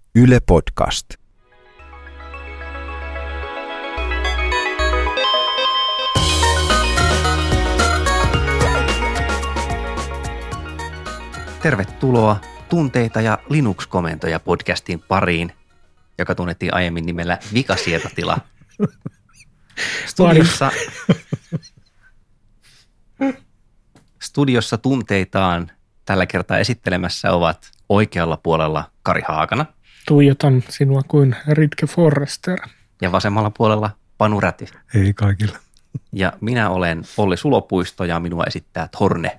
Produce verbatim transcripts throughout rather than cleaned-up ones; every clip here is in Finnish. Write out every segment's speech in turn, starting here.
Yle Podcast. Tervetuloa Tunteita ja Linux-komentoja podcastin pariin, joka tunnettiin aiemmin nimellä Vikasietotila. Studiossa, studiossa tunteitaan tällä kertaa esittelemässä ovat oikealla puolella Kari Haakana. Tuijotan sinua kuin Ritke Forrester. Ja vasemmalla puolella Panu Räty. Ei kaikille. Ja minä olen Olli Sulopuisto ja minua esittää Torne.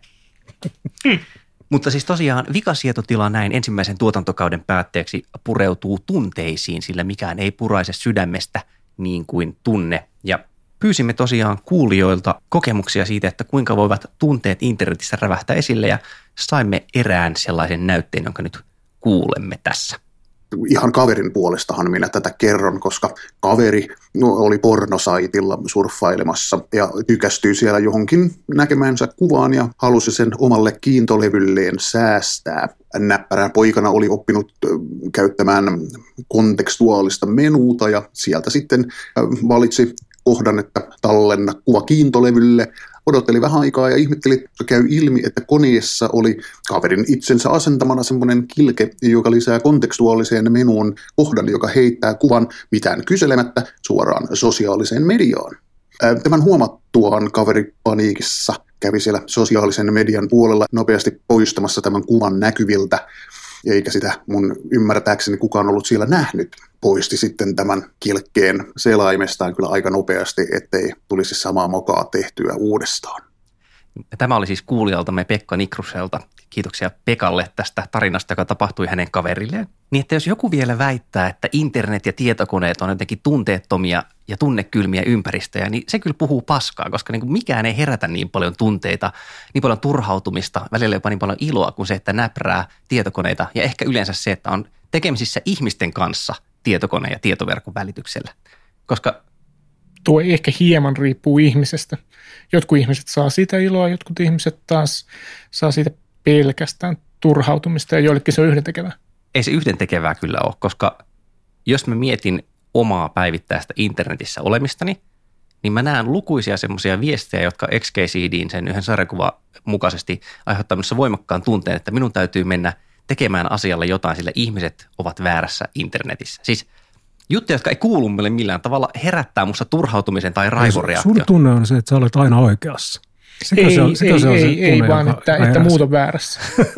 Mutta siis tosiaan Vikasietotila näin ensimmäisen tuotantokauden päätteeksi pureutuu tunteisiin, sillä mikään ei puraise sydämestä niin kuin tunne. Ja pyysimme tosiaan kuulijoilta kokemuksia siitä, että kuinka voivat tunteet internetissä rävähtää esille ja saimme erään sellaisen näytteen, jonka nyt kuulemme tässä. Ihan kaverin puolestahan minä tätä kerron, koska kaveri no, oli pornosaitilla surffailemassa ja tykästyi siellä johonkin näkemänsä kuvaan ja halusi sen omalle kiintolevylleen säästää. Näppärä poikana oli oppinut käyttämään kontekstuaalista menuuta ja sieltä sitten valitsi kohdan, että tallenna kuva kiintolevylle. Odotteli vähän aikaa ja ihmetteli, että käy ilmi, että koneessa oli kaverin itsensä asentamana semmoinen kilke, joka lisää kontekstuaaliseen menuun kohdan, joka heittää kuvan mitään kyselemättä suoraan sosiaaliseen mediaan. Tämän huomattuaan kaveri paniikissa kävi siellä sosiaalisen median puolella nopeasti poistamassa tämän kuvan näkyviltä, eikä sitä mun ymmärtääkseni kukaan ollut siellä nähnyt. Poisti sitten tämän kilkkeen selaimestaan kyllä aika nopeasti, ettei tulisi samaa mokaa tehtyä uudestaan. Tämä oli siis kuulijaltamme Pekka Nikruselta. Kiitoksia Pekalle tästä tarinasta, joka tapahtui hänen kaverilleen. Niin, että jos joku vielä väittää, että internet ja tietokoneet on jotenkin tunteettomia ja tunnekylmiä ympäristöjä, niin se kyllä puhuu paskaa, koska niin kuin mikään ei herätä niin paljon tunteita, niin paljon turhautumista, välillä jopa niin paljon iloa kuin se, että näprää tietokoneita ja ehkä yleensä se, että on tekemisissä ihmisten kanssa tietokoneen ja tietoverkon välityksellä. Koska tuo ehkä hieman riippuu ihmisestä. Jotkut ihmiset saa siitä iloa, jotkut ihmiset taas saa siitä pelkästään turhautumista ja joillekin se on yhdentekevää. Ei se yhdentekevää kyllä ole, koska jos mä mietin omaa päivittäistä internetissä olemistani, niin mä näen lukuisia semmoisia viestejä, jotka X K C D:n sen yhden sarjakuvan mukaisesti aiheuttamassa voimakkaan tunteen, että minun täytyy mennä tekemään asialle jotain, sillä ihmiset ovat väärässä internetissä. Siis juttuja, jotka ei kuulu meille millään tavalla, herättää musta turhautumisen tai raivoreaktion. Sun tunne on se, että sä olet aina oikeassa. Sekö ei, se on, sekö ei, se on ei, se tunne, ei vaan, että, että muut on väärässä.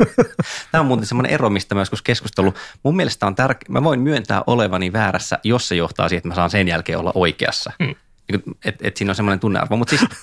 Tämä on muuten semmoinen ero, mistä mä joskus keskustelu. Mun mielestä on tärkeää, mä voin myöntää olevani väärässä, jos se johtaa siihen, että mä saan sen jälkeen olla oikeassa. Hmm. Että et siinä on semmoinen tunnearvo. Mutta siis,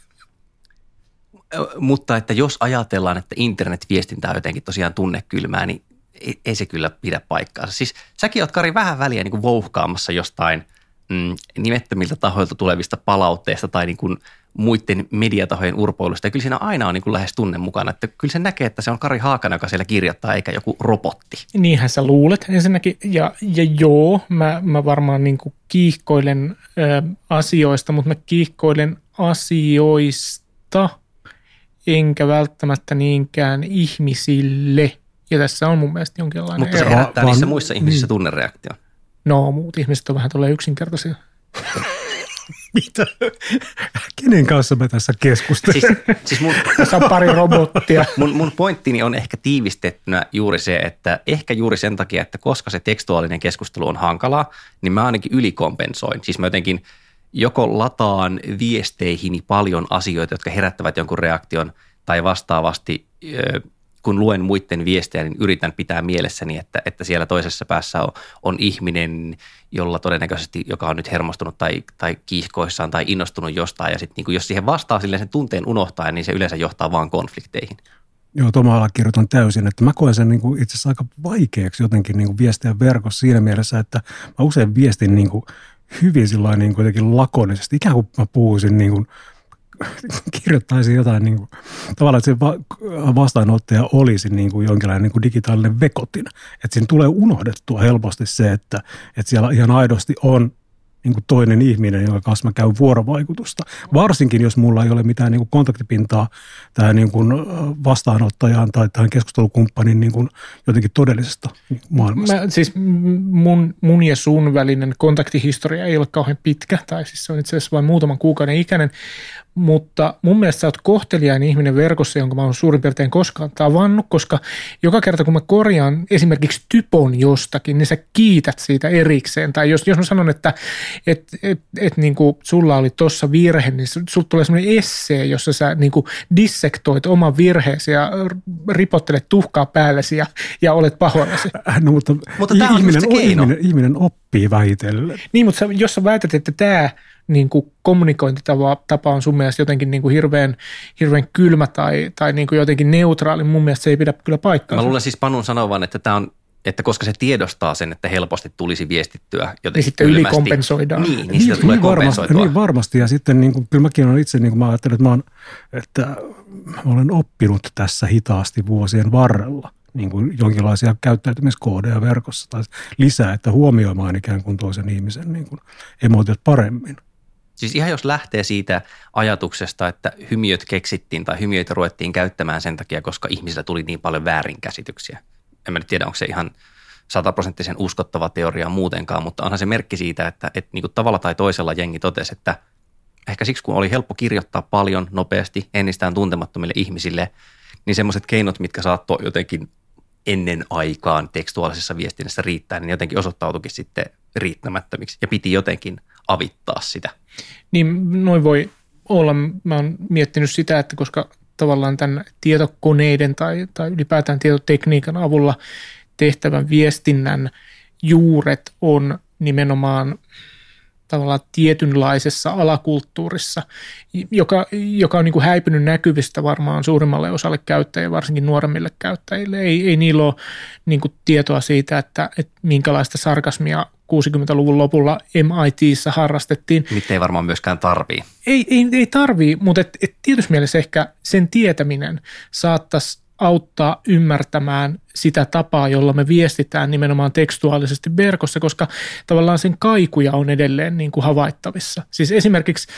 mutta että jos ajatellaan, että internetviestintä on jotenkin tosiaan tunnekylmää, niin ei, ei se kyllä pidä paikkaansa. Siis säkin oot, Kari, vähän väliä niin kuin vouhkaamassa jostain mm, nimettömiltä tahoilta tulevista palautteista tai niin kuin muiden mediatahojen urpoilusta. Ja kyllä siinä aina on niin kuin lähes tunne mukana. Että kyllä se näkee, että se on Kari Haakana, joka siellä kirjoittaa, eikä joku robotti. Niinhän sä luulet ensinnäkin. Ja, ja joo, mä, mä varmaan niin kuin kiihkoilen ö, asioista, mutta mä kiihkoilen asioista enkä välttämättä niinkään ihmisille. Ja tässä on mun mielestä jonkinlainen Mutta se ero. herättää Vaan, niissä muissa ihmisissä niin. tunnereaktio. No, muut ihmiset on vähän tolleen yksinkertaisia. Mitä? Kenen kanssa me tässä keskustellaan? Siis, siis mun, Tässä on pari robottia. mun, mun pointtini on ehkä tiivistettynä juuri se, että ehkä juuri sen takia, että koska se tekstuaalinen keskustelu on hankalaa, niin mä ainakin ylikompensoin. Siis mä jotenkin joko lataan viesteihini paljon asioita, jotka herättävät jonkun reaktion, tai vastaavasti kun luen muiden viestejä, niin yritän pitää mielessäni, että, että siellä toisessa päässä on, on ihminen, jolla todennäköisesti, joka on nyt hermostunut tai, tai kiihkoissaan tai innostunut jostain. Ja sitten niin jos siihen vastaa silleen sen tunteen unohtaa, niin se yleensä johtaa vaan konflikteihin. Joo, tuolla allekirjoitan täysin, että mä koen sen niin kuin itse asiassa aika vaikeaksi jotenkin niin kuin viestiä verkossa siinä mielessä, että mä usein viestin niin kuin hyvin sillain niin kuin jotenkin lakonisesti, ikään kuin mä puhuisin niin kuin kirjoittaisin jotain niin kuin, tavallaan, että se va- vastaanottaja olisi niin kuin jonkinlainen niin kuin digitaalinen vekotin. Että siinä tulee unohdettua helposti se, että, että siellä ihan aidosti on niin kuin toinen ihminen, jonka kanssa mä käyn vuorovaikutusta. Varsinkin, jos mulla ei ole mitään niin kuin kontaktipintaa tähän niin kuin vastaanottajaan tai tähän keskustelukumppanin niin kuin jotenkin todellisesta maailmasta. Mä, siis mun, mun ja sun välinen kontaktihistoria ei ole kauhean pitkä, tai siis se on itse asiassa vain muutaman kuukauden ikäinen, mutta mun mielestä sä oot kohteliain ihminen verkossa, jonka mä oon suurin piirtein koskaan tavannut, koska joka kerta kun mä korjaan esimerkiksi typon jostakin, niin sä kiität siitä erikseen. Tai jos, jos mä sanon, että et, et, et, niin kuin sulla oli tossa virhe, niin sulta tulee semmoinen essee, jossa sä niin kuin dissektoit oman virheesi ja ripottelet tuhkaa päällesi ja, ja olet pahoillasi. No, mutta mutta i- tämä on ihminen, just se keino. ihminen, ihminen oppii vähitellen. Niin, mutta sä, jos sä väität, että tämä niin kuin kommunikointitapa tapa on sun mielestä jotenkin niin kuin hirveän, hirveän kylmä tai, tai niin kuin jotenkin neutraali, mun mielestä se ei pidä kyllä paikkaa. Mä luulen siis Panun sanovan, että tämä on, että koska se tiedostaa sen, että helposti tulisi viestittyä jotenkin niin sitten kylmästi. ylikompensoidaan. Niin, niin sitä tulee niin varmasti, kompensoitua. niin varmasti, ja sitten niin kuin, kyllä mäkin olen itse, niin kuin mä ajattelen, että mä, oon, että mä olen oppinut tässä hitaasti vuosien varrella niin kuin jonkinlaisia käyttäytymiskoodeja verkossa tai lisää, että huomioimaan ikään kuin toisen ihmisen niin kuin emotiot paremmin. Siis ihan jos lähtee siitä ajatuksesta, että hymiöt keksittiin tai hymiöitä ruvettiin käyttämään sen takia, koska ihmisillä tuli niin paljon väärinkäsityksiä. En mä nyt tiedä, onko se ihan sataprosenttisen uskottava teoria muutenkaan, mutta onhan se merkki siitä, että, että niin kuin tavalla tai toisella jengi totesi, että ehkä siksi kun oli helppo kirjoittaa paljon nopeasti ennestään tuntemattomille ihmisille, niin semmoiset keinot, mitkä saattoi jotenkin ennen aikaan tekstuaalisessa viestinnässä riittää, niin jotenkin osoittautuikin sitten riittämättömiksi ja piti jotenkin avittaa sitä. Niin noin voi olla. Mä oon miettinyt sitä, että koska tavallaan tämän tietokoneiden tai, tai ylipäätään tietotekniikan avulla tehtävän viestinnän juuret on nimenomaan tavallaan tietynlaisessa alakulttuurissa, joka, joka on niin kuin häipynyt näkyvistä varmaan suurimmalle osalle käyttäjille, varsinkin nuoremmille käyttäjille. Ei, ei niillä ole niin kuin tietoa siitä, että, että minkälaista sarkasmia kuusikymmentäluvun lopulla M I T:ssä harrastettiin. Niitä ei varmaan myöskään tarvii. Ei, ei, ei tarvii, mutta et, et tietysti mielessä ehkä sen tietäminen saattaisi auttaa ymmärtämään sitä tapaa, jolla me viestitään nimenomaan tekstuaalisesti verkossa, koska tavallaan sen kaikuja on edelleen niin kuin havaittavissa. Siis esimerkiksi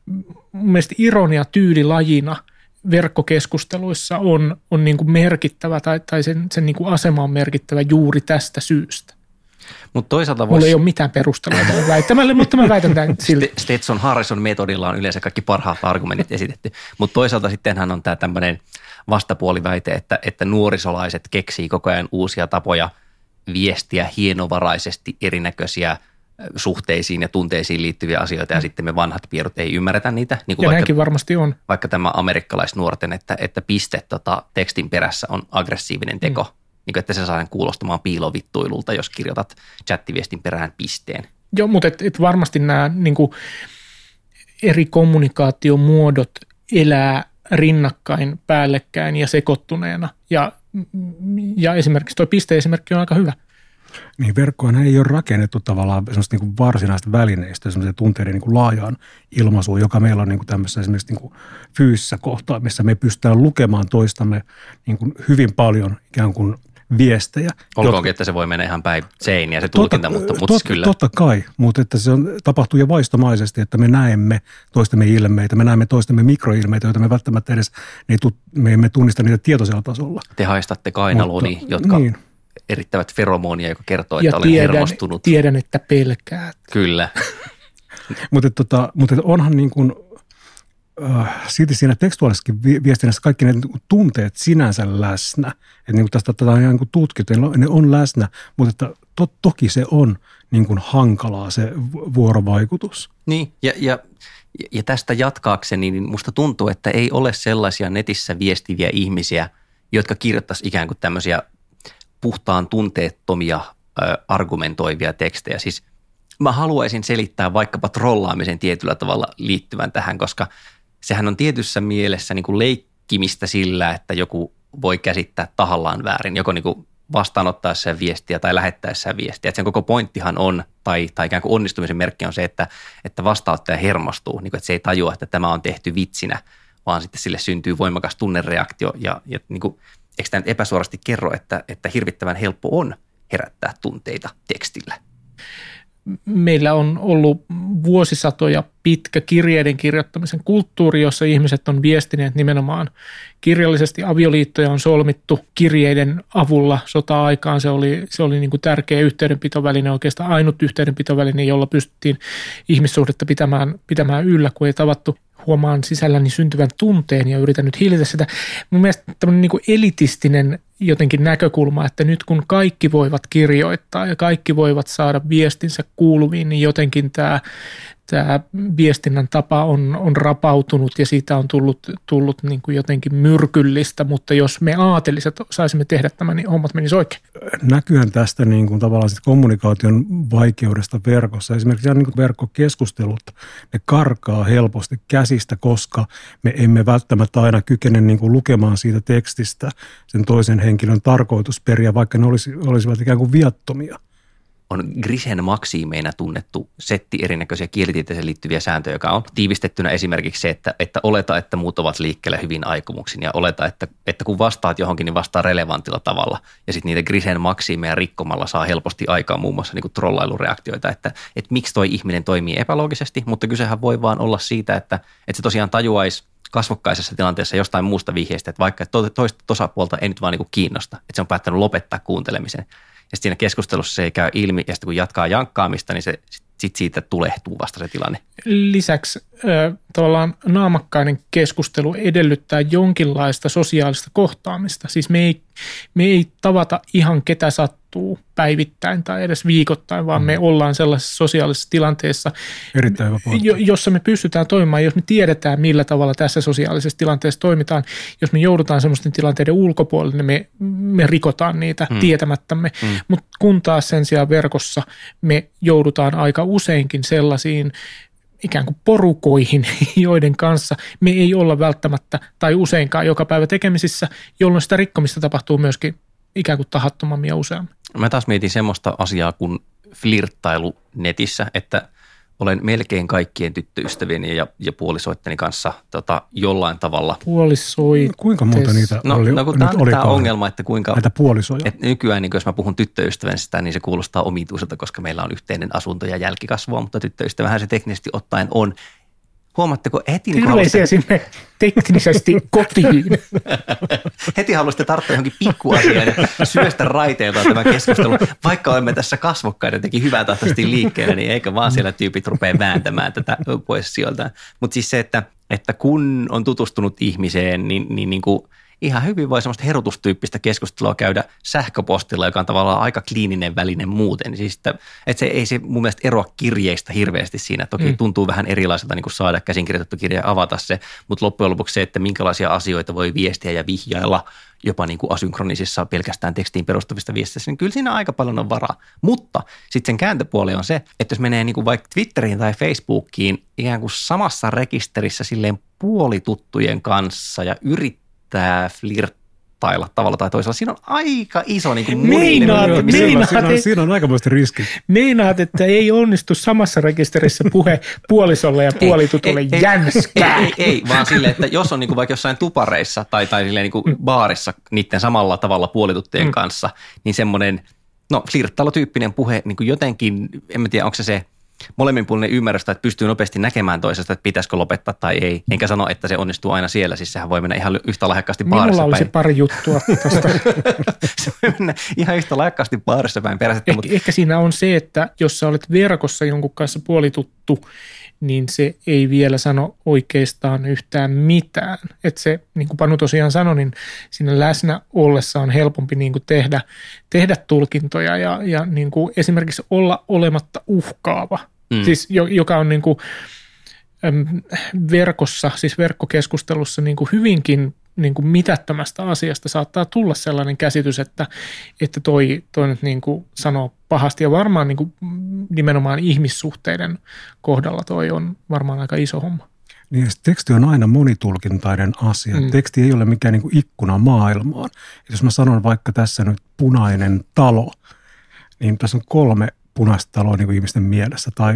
mun mielestä ironia tyylilajina verkkokeskusteluissa on, on niin kuin merkittävä tai, tai sen, sen niin kuin asema on merkittävä juuri tästä syystä. Mut toisaalta Mulla vois... ei ole mitään perustelua tälle väittämälle, mutta mä väitän tämän silti. Stetson Harrison metodilla on yleensä kaikki parhaat argumentit esitetty, mutta toisaalta sittenhän on tämä tämmöinen vastapuoliväite, että, että nuorisolaiset keksii koko ajan uusia tapoja viestiä hienovaraisesti erinäköisiä suhteisiin ja tunteisiin liittyviä asioita, ja mm. sitten me vanhat pierut ei ymmärretä niitä. Niin kuin ja vaikka, näinkin varmasti on. Vaikka tämä amerikkalaisnuorten, että, että piste tota, tekstin perässä on aggressiivinen teko, mm. niin kuin, että se saa kuulostamaan piilovittuilulta, jos kirjoitat chattiviestin perään pisteen. Joo, mutta et, et varmasti nämä niin kuin eri kommunikaatiomuodot elää rinnakkain, päällekkäin ja sekoittuneena. Ja, ja esimerkiksi tuo piste-esimerkki on aika hyvä. Niin verkkoon ei ole rakennettu tavallaan semmoista niin kuin varsinaista välineistä, semmoisia tunteiden niin kuin laajaan ilmaisuun, joka meillä on niin kuin tämmöisessä esimerkiksi niin kuin fyysisessä kohtaa, missä me pystytään lukemaan toistamme niin kuin hyvin paljon ikään kuin viestejä. Olkoonkin, jotka, että se voi mennä ihan päin seiniä se tulkinta, totta, mutta, mutta tot, kyllä. Totta kai, mutta että se on, tapahtuu jo vaistomaisesti, että me näemme toistemme ilmeitä, me näemme toistemme mikroilmeitä, joita me välttämättä edes ne, me emme tunnista niitä tietoisella tasolla. Te haistatte kainalooni, mutta, jotka niin. erittävät feromonia, joka kertoo, että ja olen tiedän, hermostunut. tiedän, että pelkäät. Kyllä. mutta, tota, mutta onhan niin kuin äh, silti siinä tekstuaalisessakin viestinnässä kaikki ne tunteet sinänsä läsnä. Että niin kuin tästä tätä on ihan niin tutkittu, ne on läsnä, mutta että to, toki se on niin kuin hankalaa se vuorovaikutus. Niin, ja, ja, ja tästä jatkaakseni, niin musta tuntuu, että ei ole sellaisia netissä viestiviä ihmisiä, jotka kirjoittaisi ikään kuin tämmöisiä puhtaan tunteettomia ö, argumentoivia tekstejä. Siis mä haluaisin selittää vaikkapa trollaamisen tietyllä tavalla liittyvän tähän, koska sehän on tietyssä mielessä niin kuin leikkimistä sillä, että joku voi käsittää tahallaan väärin, joko niin kuin vastaanottaessaan viestiä tai lähettäessään viestiä. Että sen koko pointtihan on, tai, tai ikään kuin onnistumisen merkki on se, että, että vastaanottaja hermostuu, niin kuin, että se ei tajua, että tämä on tehty vitsinä, vaan sitten sille syntyy voimakas tunnereaktio ja, ja niin kuin, eikö tämä nyt epäsuorasti kerro, että, että hirvittävän helppo on herättää tunteita tekstillä? meillä on ollut vuosisatoja pitkä kirjeiden kirjoittamisen kulttuuri, jossa ihmiset on viestineet nimenomaan kirjallisesti. Avioliittoja on solmittu kirjeiden avulla sota-aikaan. Se oli, se oli niin kuin tärkeä yhteydenpitoväline, oikeastaan ainut yhteydenpitoväline, jolla pystyttiin ihmissuhdetta pitämään, pitämään yllä, kun ei tavattu. Huomaan sisälläni syntyvän tunteen ja yritän nyt hillitä sitä. Mun mielestä tämmöinen niin kuin elitistinen jotenkin näkökulma, että nyt kun kaikki voivat kirjoittaa ja kaikki voivat saada viestinsä kuuluviin, niin jotenkin tämä, tämä viestinnän tapa on, on rapautunut ja siitä on tullut, tullut niin kuin jotenkin myrkyllistä, mutta jos me aateliset saisimme tehdä tämän, niin hommat menisi oikein. Näkyhän tästä niin kuin tavallaan kommunikaation vaikeudesta verkossa. Esimerkiksi niin kuin verkkokeskustelut, ne karkaa helposti käsistä, koska me emme välttämättä aina kykene niin kuin lukemaan siitä tekstistä sen toisen henkilön tarkoitusperiä, vaikka ne olisi, olisivat ikään kuin viattomia. On Grisen maksiimeina tunnettu setti erinäköisiä kielitieteeseen liittyviä sääntöjä, joka on tiivistettynä esimerkiksi se, että, että oleta, että muut ovat liikkeellä hyvin aikomuksin ja oleta, että, että kun vastaat johonkin, niin vastaa relevantilla tavalla. Ja sitten niitä Grisen maksiimeja rikkomalla saa helposti aikaan muun muassa niin kuin trollailureaktioita, että, että miksi toi ihminen toimii epäloogisesti, mutta kysehän voi vaan olla siitä, että, että se tosiaan tajuaisi kasvokkaisessa tilanteessa jostain muusta vihjeestä, että vaikka toista osapuolta ei nyt vaan niin kuin kiinnosta, että se on päättänyt lopettaa kuuntelemisen. Ja siinä keskustelussa se ei käy ilmi, ja sitten kun jatkaa jankkaamista, niin se sit siitä tulehtuu vasta se tilanne. Lisäksi äh, tavallaan naamakkainen keskustelu edellyttää jonkinlaista sosiaalista kohtaamista. Siis me ei, me ei tavata ihan ketä sattuu päivittäin tai edes viikoittain, vaan mm. me ollaan sellaisessa sosiaalisessa tilanteessa, jo, jossa me pystytään toimimaan, jos me tiedetään, millä tavalla tässä sosiaalisessa tilanteessa toimitaan. Jos me joudutaan semmoisten tilanteiden ulkopuolelle, niin me, me rikotaan niitä mm. tietämättämme. Mm. Mutta kun taas sen sijaan verkossa me joudutaan aika useinkin sellaisiin ikään kuin porukoihin, joiden kanssa me ei olla välttämättä tai useinkaan joka päivä tekemisissä, jolloin sitä rikkomista tapahtuu myöskin ikään kuin tahattomammin ja useammin. Mä taas mietin semmoista asiaa kuin flirttailu netissä, että olen melkein kaikkien tyttöystävieni ja, ja puolisoitteni kanssa tota, jollain tavalla. Puolisoit. Kuinka monta niitä no, oli? No kun tämä on tämä ongelma, että kuinka näitä puolisoja. Että nykyään, niin jos mä puhun tyttöystävästä, niin se kuulostaa omituiselta, koska meillä on yhteinen asunto ja jälkikasvua, mutta tyttöystävähän se teknisesti ottaen on. Huomaatteko heti? Terveisiä sinne teknisesti kotiin. Heti haluaisitte tarttua johonkin pikkuasiaan ja syöstä raiteiltaan tämä keskustelu. Vaikka olemme tässä kasvokkaiden jotenkin hyvää tahtoisesti liikkeellä, niin eikä vaan siellä tyypit rupea vääntämään tätä pois sieltä. Mutta siis se, että, että kun on tutustunut ihmiseen, niin, niin, niin kuin ihan hyvin voi semmoista herutustyyppistä keskustelua käydä sähköpostilla, joka on tavallaan aika kliininen väline muuten. Siis että, että se ei se mun mielestä eroa kirjeistä hirveästi siinä. Toki mm. tuntuu vähän erilaiselta niin kuin saada käsinkirjoitettu kirja ja avata se, mutta loppujen lopuksi se, että minkälaisia asioita voi viestiä ja vihjailla jopa niin kuin asynkronisissa pelkästään tekstiin perustuvista viesteissä, niin kyllä siinä aika paljon on varaa. Mutta sitten sen kääntöpuoli on se, että jos menee niin kuin vaikka Twitteriin tai Facebookiin ikään kuin samassa rekisterissä silleen puolituttujen kanssa ja yrittää tämä flirttailla tavalla tai toisella. Siinä on aika iso niin kuin meinaat, meinaat, meinaat, siinä, on, siinä on aikamoista riski. Meinaat, että ei onnistu samassa rekisterissä puhe puolisolle ja puolitutulle ei, jänskää. Ei, ei, ei, vaan silleen, että jos on niin kuin vaikka jossain tupareissa tai, tai silleen niin kuin mm. baarissa niiden samalla tavalla puolituttujen mm. kanssa, niin semmoinen no, flirttailutyyppinen puhe niin kuin jotenkin, en mä tiedä, onko se se molemminpuolinen ymmärrystä, että pystyy nopeasti näkemään toisesta, että pitäisikö lopettaa tai ei. Enkä sano, että se onnistuu aina siellä. Siis sehän voi mennä ihan yhtä lahjakkaasti baarissa päin. Minulla olisi pari juttua tuosta. Se voi mennä ihan yhtä lahjakkaasti baarissa päin perässä. Eh, mutta ehkä siinä on se, että jos sä olet verkossa jonkun kanssa puolituttu, niin se ei vielä sano oikeastaan yhtään mitään. Että se, niin kuin Panu tosiaan sanoi, niin siinä läsnä ollessa on helpompi niin kuin tehdä, tehdä tulkintoja ja, ja niin kuin esimerkiksi olla olematta uhkaava. Mm. Siis joka on niin kuin verkossa, siis verkkokeskustelussa niin kuin hyvinkin niin kuin mitättömästä asiasta saattaa tulla sellainen käsitys, että, että toi, toi nyt niin kuin sanoo pahasti ja varmaan niin kuin nimenomaan ihmissuhteiden kohdalla toi on varmaan aika iso homma. Niin, teksti on aina monitulkintainen asia. Mm. Teksti ei ole mikään niin kuin ikkuna maailmaan. Jos mä sanon vaikka tässä nyt punainen talo, niin tässä on kolme punaista taloa niin kuin ihmisten mielessä tai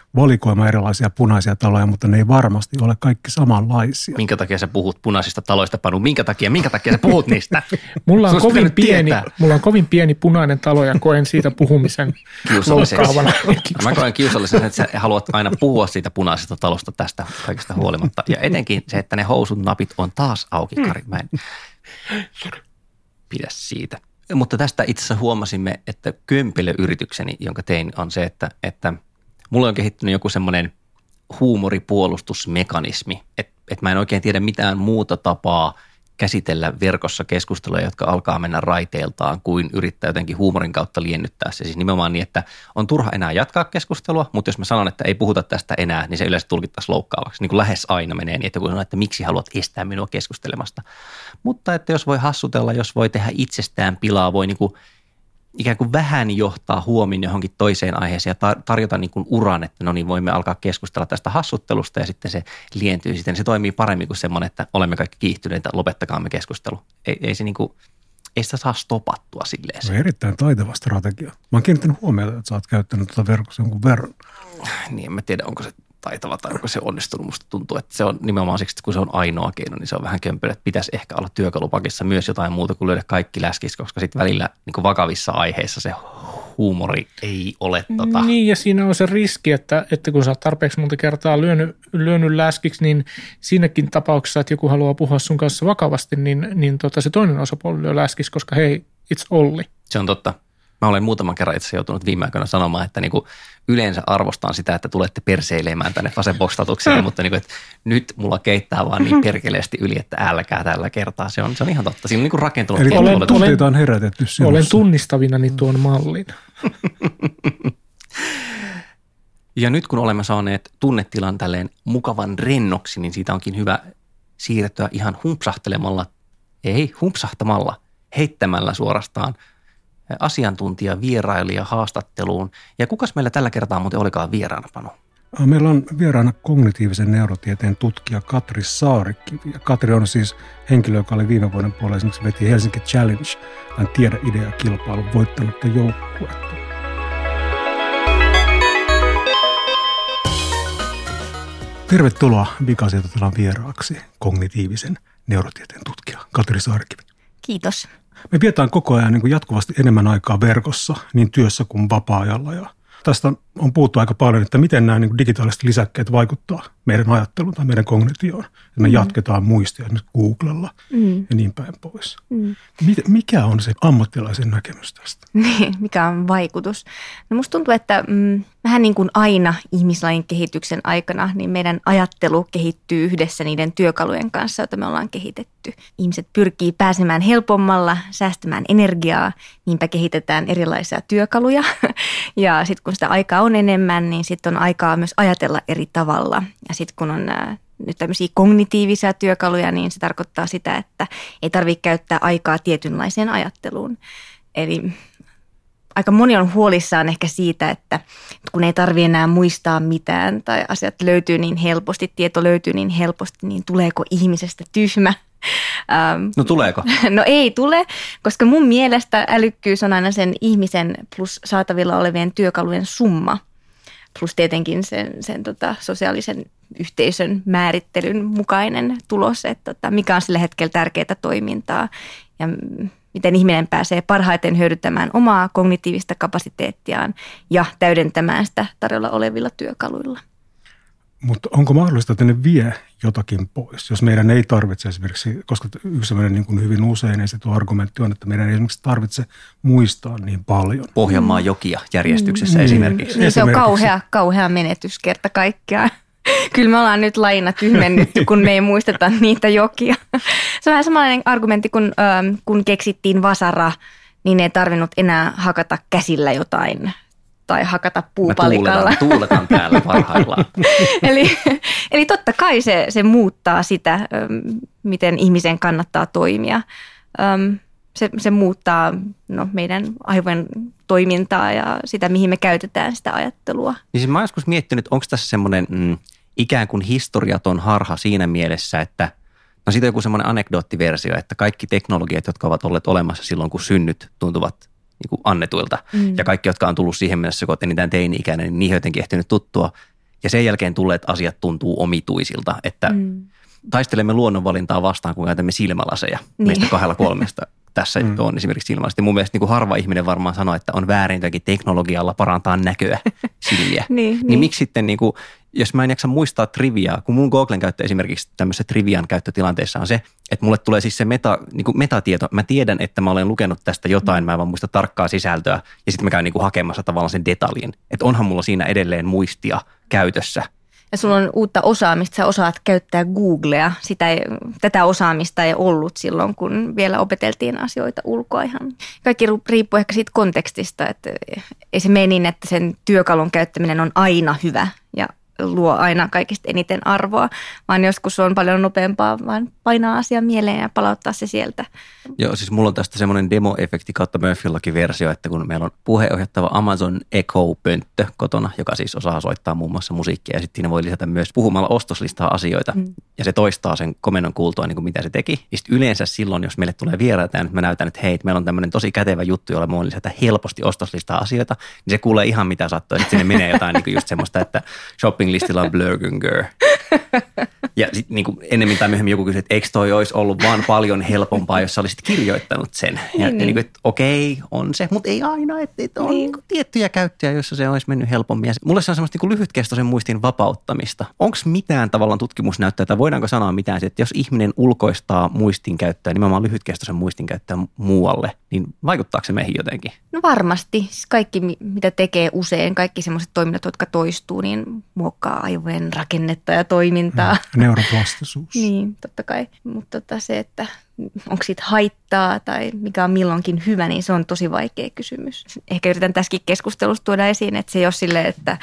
valikoima erilaisia punaisia taloja, mutta ne ei varmasti ole kaikki samanlaisia. Minkä takia sä puhut punaisista taloista, Panu? Minkä takia? Minkä takia sä puhut niistä? Mulla on, kovin pieni, mulla on kovin pieni punainen talo ja koen siitä puhumisen loukkaavana. Mä koen kiusallisen, että sä haluat aina puhua siitä punaisesta talosta tästä kaikesta huolimatta. Ja etenkin se, että ne housut napit on taas auki, Kari. Mä en pidä siitä. Mutta tästä itse asiassa huomasimme, että kömpelöyritykseni, jonka tein, on se, että, että mulla on kehittynyt joku semmoinen huumoripuolustusmekanismi, että, että mä en oikein tiedä mitään muuta tapaa käsitellä verkossa keskusteluja, jotka alkaa mennä raiteiltaan, kuin yrittää jotenkin huumorin kautta liennyttää se. Siis nimenomaan niin, että on turha enää jatkaa keskustelua, mutta jos mä sanon, että ei puhuta tästä enää, niin se yleensä tulkittaisiin loukkaavaksi. Niin kuin lähes aina menee niin, että kun sanoo, että miksi haluat estää minua keskustelemasta. Mutta että jos voi hassutella, jos voi tehdä itsestään pilaa, voi niin kuin ikään kuin vähän johtaa huomion johonkin toiseen aiheeseen ja tarjota niin kuin uran, että no niin, voimme alkaa keskustella tästä hassuttelusta ja sitten se lientyy sitten. Se toimii paremmin kuin semmoinen, että olemme kaikki kiihtyneitä, lopettakaamme keskustelu. Ei, ei se niin kuin, ei sitä saa stopattua silleen. Se on erittäin taitava strategia. Mä oon kiinnittänyt huomiota, että sä oot käyttänyt tuota verkossa jonkun verran. Niin, en mä tiedä, onko se taitava tai onko se onnistunut. Musta tuntuu, että se on nimenomaan siksi, että kun se on ainoa keino, niin se on vähän kömpelö, että pitäisi ehkä olla työkalupakissa myös jotain muuta kuin löydä kaikki läskis, koska sitten välillä niin kuin vakavissa aiheissa se huumori ei ole tota. Niin, ja siinä on se riski, että, että kun sä oot tarpeeksi monta kertaa lyönyt, lyönyt läskiksi, niin siinäkin tapauksessa, että joku haluaa puhua sun kanssa vakavasti, niin, niin tota se toinen osapuoli lyö läskiksi, koska hei, it's Olli. Se on totta. Mä olen muutaman kerran itse joutunut viime aikoina sanomaan, että niin kuin yleensä arvostan sitä, että tulette perseilemään tänne Facebookstatukseen, mutta niin kuin, että nyt mulla keittää vaan niin perkeleesti yli, että älkää tällä kertaa. Se on, se on ihan totta. Siinä on niin kuin rakentunut. Eli olen, tunteita on herätetty sinussa. Olen tunnistavinani tuon mallin. Ja nyt kun olemme saaneet tunnetilan tälleen mukavan rennoksi, niin siitä onkin hyvä siirtyä ihan humpsahtelemalla, ei humpsahtamalla, heittämällä suorastaan asiantuntija, vierailija haastatteluun. Ja kukas meillä tällä kertaa muuten olikaan vieraana, Panu? Meillä on vieraana kognitiivisen neurotieteen tutkija Katri Saarikivi. Ja Katri on siis henkilö, joka oli viime vuoden puolella esimerkiksi veti Helsinki Challenge, tämän tiede-idea-kilpailun voittanutta joukkuetta. Tervetuloa Vikasietotilan vieraaksi kognitiivisen neurotieteen tutkija Katri Saarikivi. Kiitos. Me vietetään koko ajan niin kuin jatkuvasti enemmän aikaa verkossa, niin työssä kuin vapaa-ajalla. Ja tästä on puhuttu aika paljon, että miten nämä niin kuin digitaaliset lisäkkeet vaikuttaa meidän ajatteluun tai meidän kognitioon. Että me mm. jatketaan muistia esimerkiksi Googlella mm. ja niin päin pois. Mm. Mikä on se ammattilaisen näkemys tästä? Niin, mikä on vaikutus? No musta tuntuu, että mm, vähän niin kuin aina ihmislajin kehityksen aikana, niin meidän ajattelu kehittyy yhdessä niiden työkalujen kanssa, joita me ollaan kehitetty. Ihmiset pyrkii pääsemään helpommalla, säästämään energiaa, niinpä kehitetään erilaisia työkaluja. Ja sitten kun sitä aikaa on enemmän, niin sitten on aikaa myös ajatella eri tavalla. Ja sitten kun on äh, nyt tämmöisiä kognitiivisia työkaluja, niin se tarkoittaa sitä, että ei tarvitse käyttää aikaa tietynlaiseen ajatteluun. Eli aika moni on huolissaan ehkä siitä, että kun ei tarvitse enää muistaa mitään tai asiat löytyy niin helposti, tieto löytyy niin helposti, niin tuleeko ihmisestä tyhmä? No tuleeko? No ei tule, koska mun mielestä älykkyys on aina sen ihmisen plus saatavilla olevien työkalujen summa. Plus tietenkin sen, sen tota, sosiaalisen yhteisön määrittelyn mukainen tulos, että tota, mikä on sillä hetkellä tärkeää toimintaa ja miten ihminen pääsee parhaiten hyödyntämään omaa kognitiivista kapasiteettiaan ja täydentämään sitä tarjolla olevilla työkaluilla. Mutta onko mahdollista, että ne vie jotakin pois, jos meidän ei tarvitse esimerkiksi, koska yksi sellainen niin kuin hyvin usein esitetty argumentti on, että meidän ei esimerkiksi tarvitse muistaa niin paljon. Pohjanmaan jokia järjestyksessä mm. esimerkiksi. Niin se on kauhea, kauhea menetys kerta kaikkiaan. Kyllä me ollaan nyt lajina tyhmennytty, kun me ei muisteta niitä jokia. Se on vähän samanlainen argumentti, kun, ähm, kun keksittiin vasara, niin ei tarvinnut enää hakata käsillä jotain tai hakata puupalikalla. Me tuuletaan, tuuletaan täällä parhaillaan. eli, eli totta kai se, se muuttaa sitä, miten ihmisen kannattaa toimia. Se, se muuttaa no, meidän aivojen toimintaa ja sitä, mihin me käytetään sitä ajattelua. Niin siis mä oon joskus miettinyt, onko tässä semmoinen mm, ikään kuin historiaton harha siinä mielessä, että no siitä on joku semmoinen anekdoottiversio, että kaikki teknologiat, jotka ovat olleet olemassa silloin, kun synnyt tuntuvat niin kuin annetuilta. Mm. Ja kaikki, jotka on tullut siihen mennessä, kun olette niitä teini-ikäinen, niin niihin jotenkin ehtinyt tuttua. Ja sen jälkeen tulleet asiat tuntuu omituisilta, että mm. taistelemme luonnonvalintaa vastaan, kun käytämme silmälaseja. Niin. Meistä kahdella kolmesta tässä mm. on esimerkiksi silmälasit. Ja mun mielestä niin kuin harva ihminen varmaan sanoo, että on väärin jotenkin teknologialla parantaa näköä silmiä. niin, niin. niin miksi sitten, niin kuin, jos mä en jaksa muistaa triviaa, kun mun Googlen käyttö esimerkiksi tämmöisessä trivian käyttötilanteessa on se, että mulle tulee siis se meta, niin kuin metatieto. Mä tiedän, että mä olen lukenut tästä jotain, mä en vaan muista tarkkaa sisältöä ja sitten mä käyn niin kuin hakemassa tavallaan sen detaljin. Että onhan mulla siinä edelleen muistia käytössä. Ja sulla on uutta osaamista, sä osaat käyttää Googlea. Sitä ei, tätä osaamista ei ollut silloin, kun vielä opeteltiin asioita ulkoa ihan. Kaikki riippuu ehkä siitä kontekstista, että ei se mene niin, että sen työkalun käyttäminen on aina hyvä ja luo aina kaikista eniten arvoa, vaan joskus on paljon nopeampaa vaan painaa asia mieleen ja palauttaa se sieltä. Joo, siis mulla on tästä semmoinen demo-efekti kautta Murphyllakin versio, että kun meillä on puheenohjattava Amazon Echo-pönttö kotona, joka siis osaa soittaa muun muassa musiikkia ja sitten siinä voi lisätä myös puhumalla ostoslistaa asioita mm. ja se toistaa sen komennon kuultua niin kuin mitä se teki. Ja sitten yleensä silloin, jos meille tulee vieraita ja nyt mä näytän, että hei, meillä on tämmöinen tosi kätevä juttu, jolla me voin lisätä helposti ostoslistaa asioita, niin se kuulee ihan mitä sattuu ja sitten sinne menee jotain niin kuin just semmoista, että shopping-listillä on Blurgnger. Ja sitten niin ennemmin tai myöhemmin joku kysyi, että eikö toi olisi ollut vaan paljon helpompaa, jos sä olisit kirjoittanut sen. Ja, niin, ja niin kuin, että okei, on se, mutta ei aina, että, että on niin. Niin tiettyjä käyttöjä, joissa se olisi mennyt helpommin. Ja mulle se on semmoista niin lyhytkestoisen muistin vapauttamista. Onko mitään tavallaan tutkimusnäyttöä, tai voidaanko sanoa mitään, että jos ihminen ulkoistaa muistin käyttöä, nimenomaan lyhytkestoisen muistin käyttöä muualle, niin vaikuttaako se meihin jotenkin? No varmasti. Siis kaikki, mitä tekee usein, kaikki semmoiset toiminnot, jotka toistuu, niin muokkaa aivojen rakennetta ja toimintaa. Mm, neuroplastisuus. Niin, totta kai. Mutta tota se, että onko siitä haittaa tai mikä on milloinkin hyvä, niin se on tosi vaikea kysymys. Ehkä yritän tässäkin keskustelussa tuoda esiin, että se ei ole silleen, että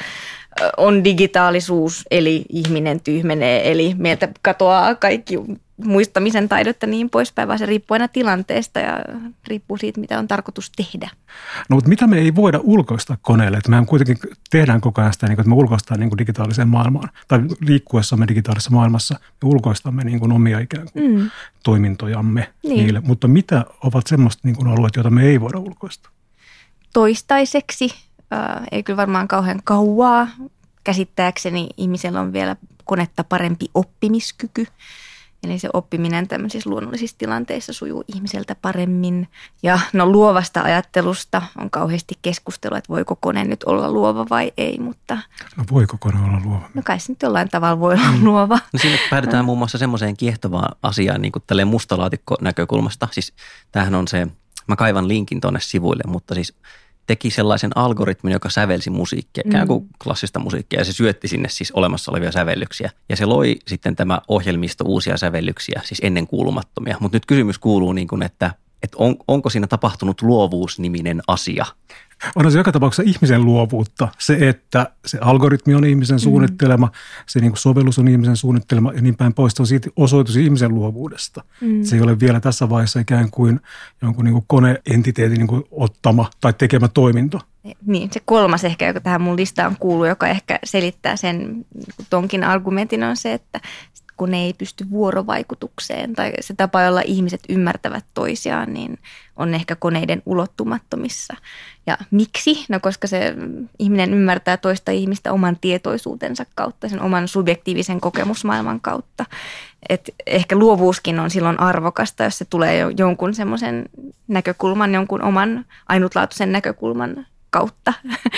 on digitaalisuus, eli ihminen tyhmenee, eli meiltä katoaa kaikki muistamisen taidot ja niin poispäin, vaan se riippuu aina tilanteesta ja riippuu siitä, mitä on tarkoitus tehdä. No mutta mitä me ei voida ulkoistaa koneelle? Että mehän kuitenkin tehdään koko ajan sitä, että me ulkoistaan niin kuin digitaaliseen maailmaan tai liikkuessamme digitaalisessa maailmassa me ulkoistamme niin kuin omia ikään kuin mm. toimintojamme niin. niille. Mutta mitä ovat semmoista niin kuin alueet, joita me ei voida ulkoistaa? Toistaiseksi, äh, ei kyllä varmaan kauhean kauaa. Käsittääkseni ihmisellä on vielä konetta parempi oppimiskyky. Eli se oppiminen tämmöisissä luonnollisissa tilanteissa sujuu ihmiseltä paremmin. Ja no luovasta ajattelusta on kauheasti keskustelua, että voiko kone nyt olla luova vai ei, mutta... No voiko kone olla luova? No kai se nyt jollain tavalla voi olla luova. No siinä päädytään muun muassa semmoiseen kiehtovaan asiaan niin kuin tälleen mustalaatikko-näkökulmasta. Siis tämähän on se, mä kaivan linkin tuonne sivuille, mutta siis teki sellaisen algoritmin, joka sävelsi musiikkia, ikään kuin klassista musiikkia, ja se syötti sinne siis olemassa olevia sävellyksiä. Ja se loi sitten tämä ohjelmisto uusia sävellyksiä, siis ennen kuulumattomia. Mutta nyt kysymys kuuluu, niin kuin, että, että on, onko siinä tapahtunut luovuusniminen asia? On se joka tapauksessa ihmisen luovuutta. Se, että se algoritmi on ihmisen suunnittelema, mm. se niin kuin sovellus on ihmisen suunnittelema ja niin päin pois. Se on siitä osoitus ihmisen luovuudesta. Mm. Se ei ole vielä tässä vaiheessa ikään kuin jonkun niin kuin koneentiteetin niin kuin ottama tai tekemä toiminto. Niin, se kolmas ehkä, joka tähän mun listaan kuuluu, joka ehkä selittää sen tonkin argumentin on se, että kun ne ei pysty vuorovaikutukseen tai se tapa, jolla ihmiset ymmärtävät toisiaan, niin on ehkä koneiden ulottumattomissa. Ja miksi? No koska se ihminen ymmärtää toista ihmistä oman tietoisuutensa kautta, sen oman subjektiivisen kokemusmaailman kautta. Et ehkä luovuuskin on silloin arvokasta, jos se tulee jonkun semmoisen näkökulman, jonkun oman ainutlaatuisen näkökulman kautta.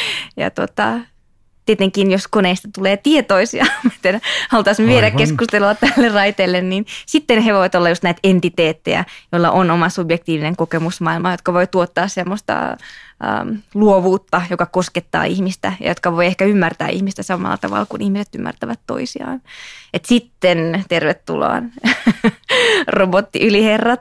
Ja tota... Tietenkin, jos koneista tulee tietoisia, miten halutaan viedä keskustelua tälle raiteelle, niin sitten he voivat olla just näitä entiteettejä, joilla on oma subjektiivinen kokemusmaailma, jotka voi tuottaa semmoista ähm, luovuutta, joka koskettaa ihmistä ja jotka voi ehkä ymmärtää ihmistä samalla tavalla kuin ihmiset ymmärtävät toisiaan. Et sitten tervetuloa robottiyliherrat.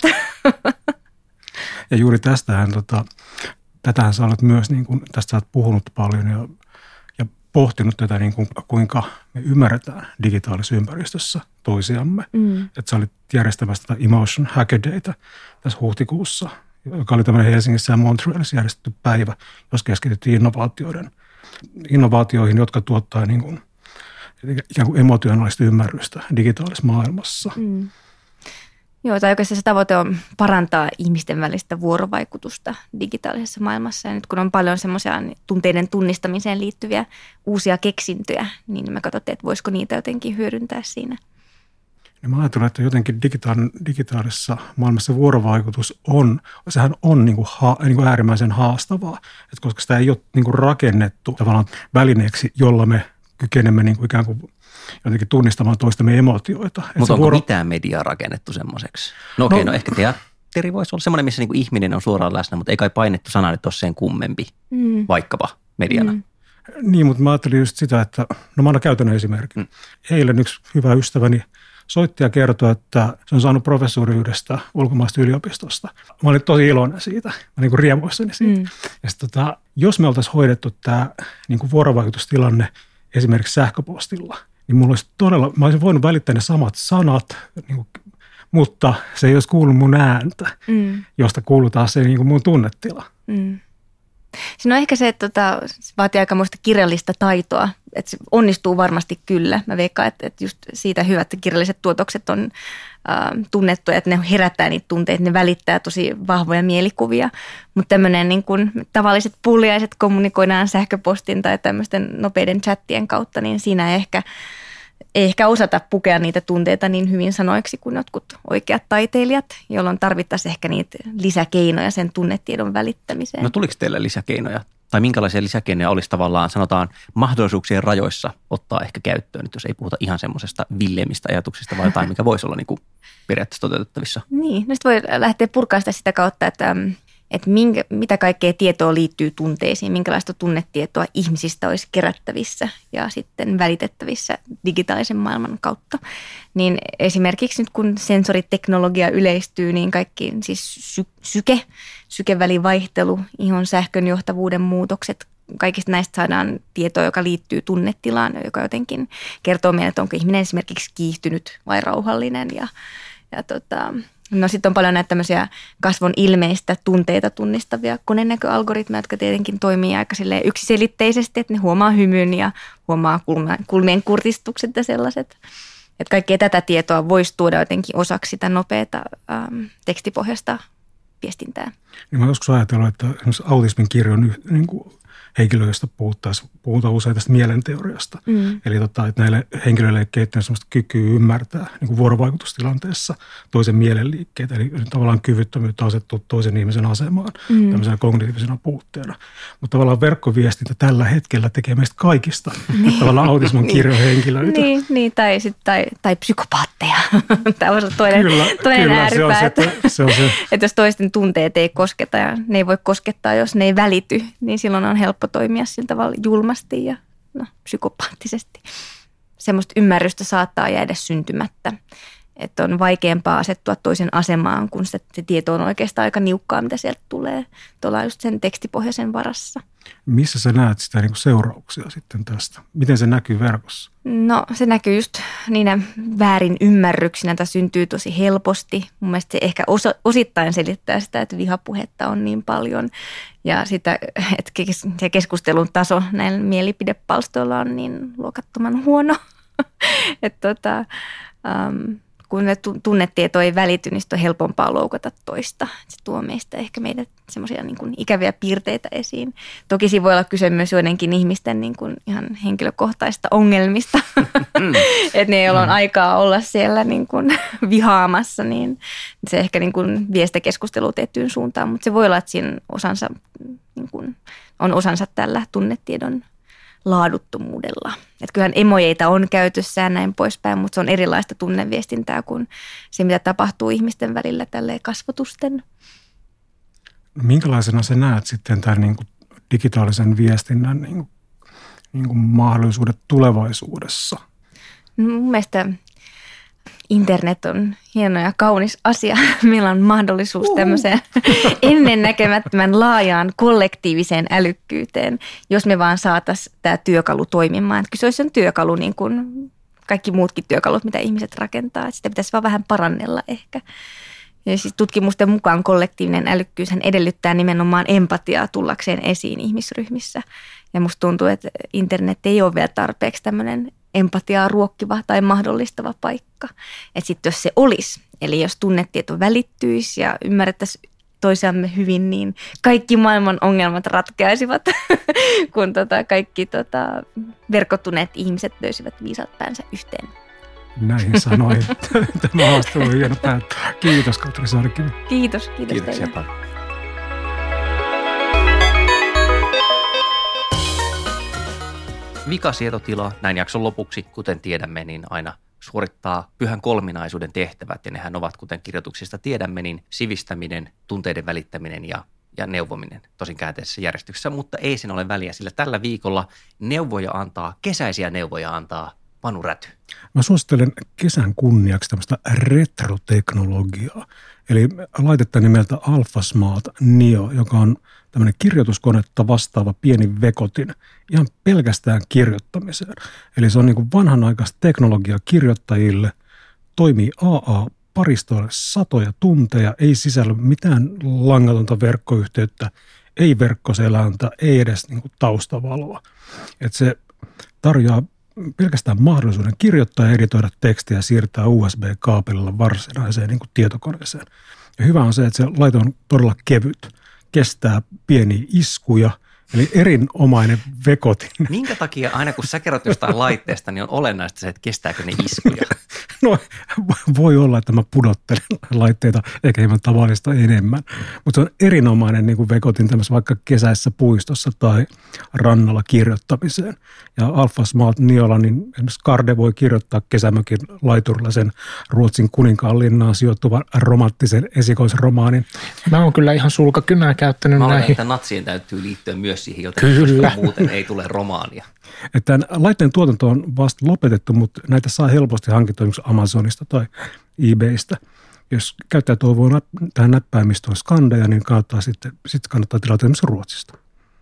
Ja juuri tästähän, tota, tätähän sä olet myös, niin kun, tästä sä oot puhunut paljon ja pohtinut tätä, niin kuin, kuinka me ymmärretään digitaalisessa ympäristössä toisiamme. Mm. Että sä olit järjestämässä tätä Emotion Hacker Dayta tässä huhtikuussa, joka oli tämmöinen Helsingissä ja Montrealissa järjestetty päivä, jos keskityttiin innovaatioiden, innovaatioihin, jotka tuottaa niin kuin, ikään kuin emotionaalista ymmärrystä digitaalisessa maailmassa. Mm. Joo, tai oikeastaan se tavoite on parantaa ihmisten välistä vuorovaikutusta digitaalisessa maailmassa. Ja nyt kun on paljon semmoisia tunteiden tunnistamiseen liittyviä uusia keksintöjä, niin me katsottiin, että voisiko niitä jotenkin hyödyntää siinä. Ja mä ajattelen, että jotenkin digitaal- digitaalisessa maailmassa vuorovaikutus on, sehän on niin kuin ha, niin kuin äärimmäisen haastavaa, että koska sitä ei ole niin kuin rakennettu tavallaan välineeksi, jolla me kykenemme niin kuin ikään kuin jotenkin tunnistamaan toistemme emotioita. Mutta onko vuoro... mitään mediaa rakennettu semmoiseksi? No okei, okay, no, no ehkä teatteri voisi olla semmoinen, missä niin kuin ihminen on suoraan läsnä, mutta ei kai painettu sana nyt ole sen kummempi, mm. vaikkapa mediana. Mm. Niin, mutta mä ajattelin just sitä, että no mä annan käytännön esimerkin. Mm. Eilen yksi hyvä ystäväni soitti ja kertoi, että se on saanut professuuri yhdestä ulkomaista yliopistosta. Mä olin tosi iloinen siitä, mä niin kuin riemuissani siitä. Mm. Ja sit, tota, jos me oltaisiin hoidettu tämä niin kuin vuorovaikutustilanne esimerkiksi sähköpostilla, niin mulla olisi todella, mä olisin voinut välittää ne samat sanat, niin kuin, mutta se ei olisi kuullut mun ääntä, mm. josta kuuluu taas se niin kuin mun tunnetila. Mm. Siinä on ehkä se, että tota, se vaatii aikamoista kirjallista taitoa, että se onnistuu varmasti kyllä. Mä veikkaan, että, että just siitä hyvät kirjalliset tuotokset on äh, tunnettuja, että ne herättää niitä tunteita, ne välittää tosi vahvoja mielikuvia. Mutta tämmöinen niin kuin tavalliset pulliaiset kommunikoidaan sähköpostin tai tämmöisten nopeiden chattien kautta, niin siinä ei ehkä, ei ehkä osata pukea niitä tunteita niin hyvin sanoiksi kuin jotkut oikeat taiteilijat, jolloin tarvittaisiin ehkä niitä lisäkeinoja sen tunnetiedon välittämiseen. No tuliko teille lisäkeinoja? Tai minkälaisia lisäkeinoja olisi tavallaan, sanotaan, mahdollisuuksien rajoissa ottaa ehkä käyttöön, nyt jos ei puhuta ihan semmoisesta villeimmistä ajatuksista vai jotain, mikä voisi olla niin kuin periaatteessa toteutettavissa? Niin, no sitten voi lähteä purkaa sitä, sitä kautta, että, että minkä, mitä kaikkea tietoa liittyy tunteisiin, minkälaista tunnetietoa ihmisistä olisi kerättävissä ja sitten välitettävissä digitaalisen maailman kautta. Niin esimerkiksi nyt kun sensoriteknologia yleistyy, niin kaikki siis sy- syke, sykevälivaihtelu, ihon sähkön johtavuuden muutokset, kaikista näistä saadaan tietoa, joka liittyy tunnetilaan, joka jotenkin kertoo meille, että onko ihminen esimerkiksi kiihtynyt vai rauhallinen. Ja, ja tota, no sitten on paljon näitä tämmöisiä kasvon ilmeistä tunteita tunnistavia konenäköalgoritmeja, jotka tietenkin toimii aika yksiselitteisesti, että ne huomaa hymyn ja huomaa kulmien kurtistukset ja sellaiset. Että kaikkea tätä tietoa voisi tuoda jotenkin osaksi sitä nopeata ähm, tekstipohjasta viestintää. Niin mä joskus ajatellut, että esimerkiksi autismin kirjo on niin kuin henkilöistä puhuttaisiin, puhutaan usein tästä mielenteoriasta. Mm. Eli tota, että näille henkilöille ei kehittynyt sellaista kykyä ymmärtää niin kuin vuorovaikutustilanteessa toisen mielenliikkeitä. Eli tavallaan kyvyttömyyttä asettua toisen ihmisen asemaan mm. tämmöisenä kognitiivisena puutteena. Mutta tavallaan verkkoviestintä tällä hetkellä tekee meistä kaikista niin. tavallaan autismin kirjohenkilöitä. Niin, niin tai, sit, tai, tai psykopaatteja. Tämä voisi olla toinen, kyllä, toinen kyllä, ääripää. Se on se, se on se. Että jos toisten tunteet ei kosketa ja ne ei voi koskettaa, jos ne ei välity, niin silloin on helppo toimia sillä tavalla julmasti ja no, psykopaattisesti. Semmoista ymmärrystä saattaa jäädä syntymättä, että on vaikeampaa asettua toisen asemaan, kun se, se tieto on oikeastaan aika niukkaa, mitä sieltä tulee. Tuolla just sen tekstipohjaisen varassa. Missä sä näet sitä niin kuin seurauksia sitten tästä? Miten se näkyy verkossa? No se näkyy just niinä väärin ymmärryksinä, että syntyy tosi helposti. Mun mielestä se ehkä osa, osittain selittää sitä, että vihapuhetta on niin paljon. Ja sitä, että se keskustelun taso näillä mielipidepalstoilla on niin luokattoman huono. että tota, um, kun tunnetieto ei välity, niin on helpompaa loukata toista. Se tuo meistä ehkä meidät semmoisia niin kuin ikäviä piirteitä esiin. Toki siinä voi olla kyse myös joidenkin ihmisten niin kuin ihan henkilökohtaista ongelmista. Mm. Että ne, joilla on aikaa olla siellä niin kuin vihaamassa, niin se ehkä niin kuin vie sitä keskustelua tiettyyn suuntaan. Mutta se voi olla, että siinä osansa, niin kuin, on osansa tällä tunnetiedon laaduttomuudella. Että kyllähän emojeita on käytössä ja näin poispäin, mutta se on erilaista tunneviestintää kuin se, mitä tapahtuu ihmisten välillä tälleen kasvotusten. No, minkälaisena sä näet sitten tämän niin kuin digitaalisen viestinnän niin kuin, niin kuin mahdollisuudet tulevaisuudessa? No, mun mielestä internet on hieno ja kaunis asia. Meillä on mahdollisuus tämmöiseen ennennäkemättömän laajaan kollektiiviseen älykkyyteen, jos me vaan saataisiin tämä työkalu toimimaan. Että kyseessä on työkalu niin kuin kaikki muutkin työkalut, mitä ihmiset rakentaa. Että sitä pitäisi vaan vähän parannella ehkä. Ja siis tutkimusten mukaan kollektiivinen älykkyys edellyttää nimenomaan empatiaa tullakseen esiin ihmisryhmissä. Ja musta tuntuu, että internet ei ole vielä tarpeeksi tämmöinen empatiaa ruokkiva tai mahdollistava paikka. Että sitten jos se olisi, eli jos tunnetieto välittyisi ja ymmärrettäisiin toisiamme hyvin, niin kaikki maailman ongelmat ratkeaisivat, kun tota kaikki tota verkottuneet ihmiset löysivät viisaat päänsä yhteen. Näihin sanoin. Tämä haastattelu on hieno päättää. Kiitos Katri Sarkkinen. Kiitos, kiitos Kiitoksia teille. paljon. Vikasietotila näin jakson lopuksi, kuten tiedämme, niin aina suorittaa pyhän kolminaisuuden tehtävät, ja nehän ovat, kuten kirjoituksista tiedämme, niin sivistäminen, tunteiden välittäminen ja, ja neuvominen, tosin käänteisessä järjestyksessä, mutta ei sen ole väliä, sillä tällä viikolla neuvoja antaa, kesäisiä neuvoja antaa Panu Räty. Mä suosittelen kesän kunniaksi tämmöistä retroteknologiaa, eli laitetta nimeltä AlphaSmart Neo, joka on tämmöinen kirjoituskonetta vastaava pieni vekotin ihan pelkästään kirjoittamiseen. Eli se on niin kuin vanhanaikaista teknologiaa kirjoittajille, toimii A A-paristoille satoja tunteja, ei sisällä mitään langatonta verkkoyhteyttä, ei verkkoseläntä, ei edes niin kuin taustavaloa. Että se tarjoaa pelkästään mahdollisuuden kirjoittaa ja editoida tekstiä ja siirtää U S B-kaapelilla varsinaiseen niin kuin tietokoneeseen. Ja hyvä on se, että se laite on todella kevyt, kestää pieniä iskuja, eli erinomainen vekotin. Minkä takia aina kun sä kerrot jostain laitteesta, niin on olennaista se, että kestääkö ne iskuja? No voi olla, että mä pudottelen laitteita eikä hieman tavallista enemmän, mutta se on erinomainen niin kuin vekotin tämmöisessä vaikka kesäisessä puistossa tai rannalla kirjoittamiseen. Ja AlphaSmart Neolla, niin esimerkiksi Karde voi kirjoittaa kesämökin laiturilla sen Ruotsin kuninkaanlinnaan sijoittuvan romanttisen esikoisromaanin. Mä oon kyllä ihan sulkakynää käyttänyt Mä olen, näihin. että natsien täytyy liittyä myös siihen, joten Kyllä. muuten ei tule romaania. Että tämän laitteen tuotanto on vasta lopetettu, mutta näitä saa helposti hankittua esimerkiksi Amazonista tai eBaystä. Jos käyttäjä toivoo nä- tähän näppäimistöön skandeja, niin kannattaa sitten, sitten kannattaa tilata esimerkiksi Ruotsista.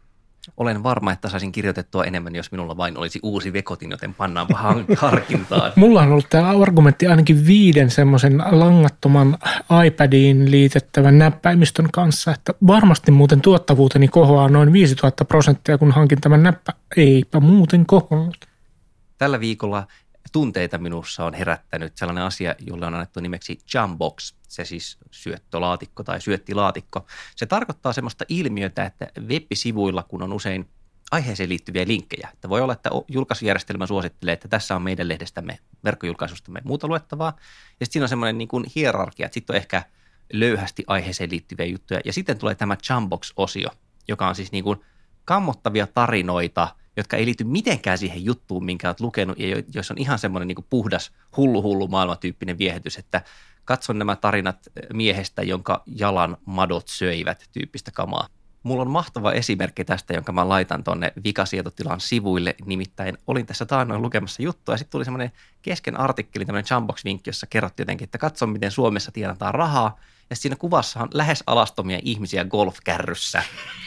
Olen varma, että saisin kirjoitettua enemmän, jos minulla vain olisi uusi vekotin, joten pannaanpa harkintaan. Mulla on ollut tämä argumentti ainakin viiden semmoisen langattoman iPadiin liitettävän näppäimistön kanssa, että varmasti muuten tuottavuuteni kohoaa noin viisituhatta prosenttia, kun hankin tämän näppä. Eipä muuten kohonnut. Tällä viikolla tunteita minussa on herättänyt sellainen asia, jolle on annettu nimeksi Jambox, se siis syöttölaatikko tai syöttilaatikko. Se tarkoittaa semmoista ilmiötä, että web-sivuilla, kun on usein aiheeseen liittyviä linkkejä, että voi olla, että julkaisujärjestelmä suosittelee, että tässä on meidän lehdestämme, verkkojulkaisustamme muuta luettavaa, ja sitten siinä on semmoinen niin kuin hierarkia, että sitten on ehkä löyhästi aiheeseen liittyviä juttuja, ja sitten tulee tämä Jambox-osio, joka on siis niin kuin kammottavia tarinoita, jotka ei liity mitenkään siihen juttuun, minkä olet lukenut, ja jos on ihan semmoinen niin kuin puhdas, hullu, hullu maailmatyyppinen viehätys, että katson nämä tarinat miehestä, jonka jalan madot söivät tyyppistä kamaa. Mulla on mahtava esimerkki tästä, jonka mä laitan tuonne Vikasietotilan sivuille, nimittäin olin tässä taannoin lukemassa juttua, ja sitten tuli semmoinen kesken artikkeli, tämmöinen Jambox-vinkki, jossa kerrottiin jotenkin, että katso, miten Suomessa tienataan rahaa, ja siinä kuvassa on lähes alastomia ihmisiä golfkärryssä.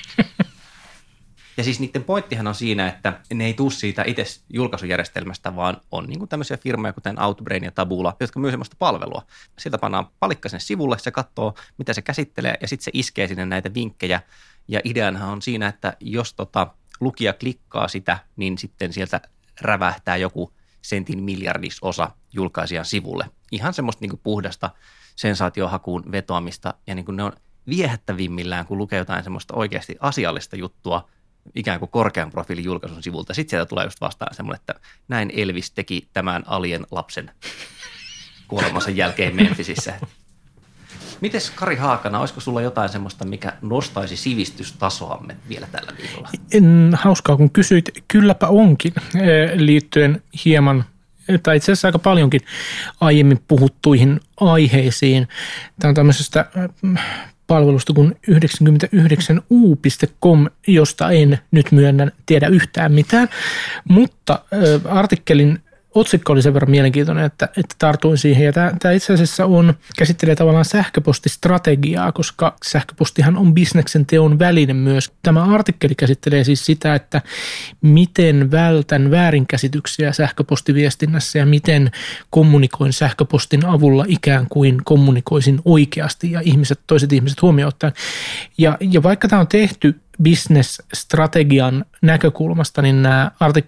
Ja siis niiden pointtihan on siinä, että ne ei tule siitä itse julkaisujärjestelmästä, vaan on niin kuin tämmöisiä firmoja, kuten Outbrain ja Taboola, jotka myy semmoista palvelua. Sieltä pannaan palikka sinne sivulle, se katsoo, mitä se käsittelee, ja sitten se iskee sinne näitä vinkkejä. Ja ideanahan on siinä, että jos tota lukija klikkaa sitä, niin sitten sieltä rävähtää joku sentin miljardisosa julkaisijan sivulle. Ihan semmoista niin kuin puhdasta sensaatiohakuun vetoamista, ja niin kuin ne on viehättävimmillään, kun lukee jotain semmoista oikeasti asiallista juttua, ikään kuin korkean profiilin julkaisun sivulta. Sitten sieltä tulee just vastaan semmoinen, että näin Elvis teki tämän alien lapsen kuolemansa jälkeen Memphisissä. Mites Kari Haakana, olisiko sulla jotain semmoista, mikä nostaisi sivistystasoamme vielä tällä viikolla? En, hauskaa, kun kysyit, kylläpä onkin liittyen hieman, tai itse asiassa aika paljonkin aiemmin puhuttuihin aiheisiin. Tämä on tämmöisestä palvelusta kuin yhdeksänkymmentäyhdeksän u piste com, josta en nyt myönnän tiedä yhtään mitään, mutta äh, artikkelin otsikko oli sen verran mielenkiintoinen, että, että tartuin siihen. Ja tämä, tämä itse asiassa on, käsittelee tavallaan sähköpostistrategiaa, koska sähköpostihan on bisneksen teon väline myös. Tämä artikkeli käsittelee siis sitä, että miten vältän väärinkäsityksiä sähköpostiviestinnässä ja miten kommunikoin sähköpostin avulla ikään kuin kommunikoisin oikeasti ja ihmiset, toiset ihmiset huomioon ottaen. Ja, ja vaikka tämä on tehty business-strategian näkökulmasta, niin nämä artikkelin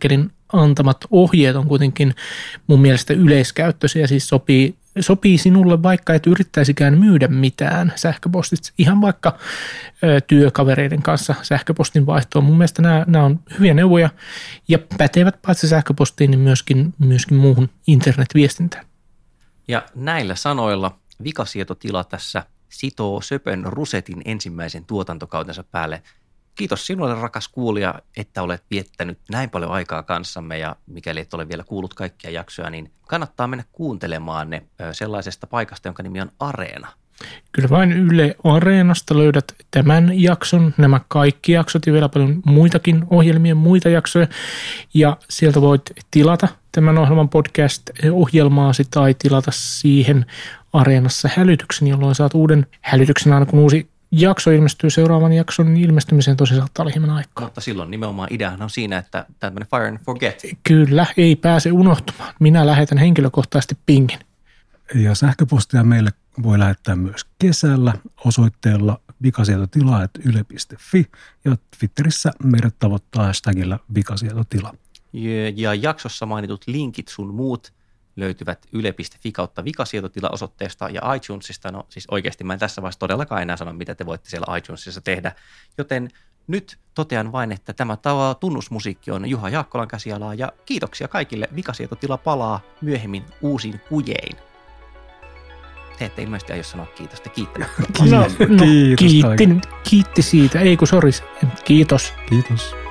antamat ohjeet on kuitenkin mun mielestä yleiskäyttöisiä, siis sopii, sopii sinulle vaikka et yrittäisikään myydä mitään sähköpostitse, ihan vaikka ö, työkavereiden kanssa sähköpostin vaihtoon. Mun mielestä nämä, nämä on hyviä neuvoja ja pätevät paitsi sähköpostiin, niin myöskin, myöskin muuhun internetviestintään. Ja näillä sanoilla vikasietotila tässä sitoo söpön rusetin ensimmäisen tuotantokautensa päälle. Kiitos sinulle, rakas kuulija, että olet viettänyt näin paljon aikaa kanssamme ja mikäli et ole vielä kuullut kaikkia jaksoja, niin kannattaa mennä kuuntelemaan ne sellaisesta paikasta, jonka nimi on Areena. Kyllä vain Yle Areenasta löydät tämän jakson, nämä kaikki jaksot ja vielä paljon muitakin ohjelmien muita jaksoja. Ja sieltä voit tilata tämän ohjelman podcast-ohjelmaasi tai tilata siihen Areenassa hälytyksen, jolloin saat uuden hälytyksen aina kun uusi jakso ilmestyy. Seuraavan jakson ilmestymiseen tosi saattaa olla hieman aikaa. Mutta silloin nimenomaan ideahan on siinä, että tämmöinen fire and forget. Kyllä, ei pääse unohtumaan. Minä lähetän henkilökohtaisesti pingin. Ja sähköpostia meille voi lähettää myös kesällä osoitteella vikasietotila ät yle piste fi ja Twitterissä meidät tavoittaa hashtagillä vikasietotila. Ja, ja jaksossa mainitut linkit sun muut löytyvät yle piste fi kautta vikasietotila osoitteesta ja iTunesista. No siis oikeasti mä en tässä vaiheessa todellakaan enää sano, mitä te voitte siellä iTunesissa tehdä. Joten nyt totean vain, että tämä tunnusmusiikki on Juha Jaakkolan käsialaa ja kiitoksia kaikille. Vikasietotila palaa myöhemmin uusin kujein. Te ette ilmeisesti aio sanoa kiitos, te kiittämättä. No, no, kiitti, kiitti siitä, ei kun sori, kiitos. Kiitos.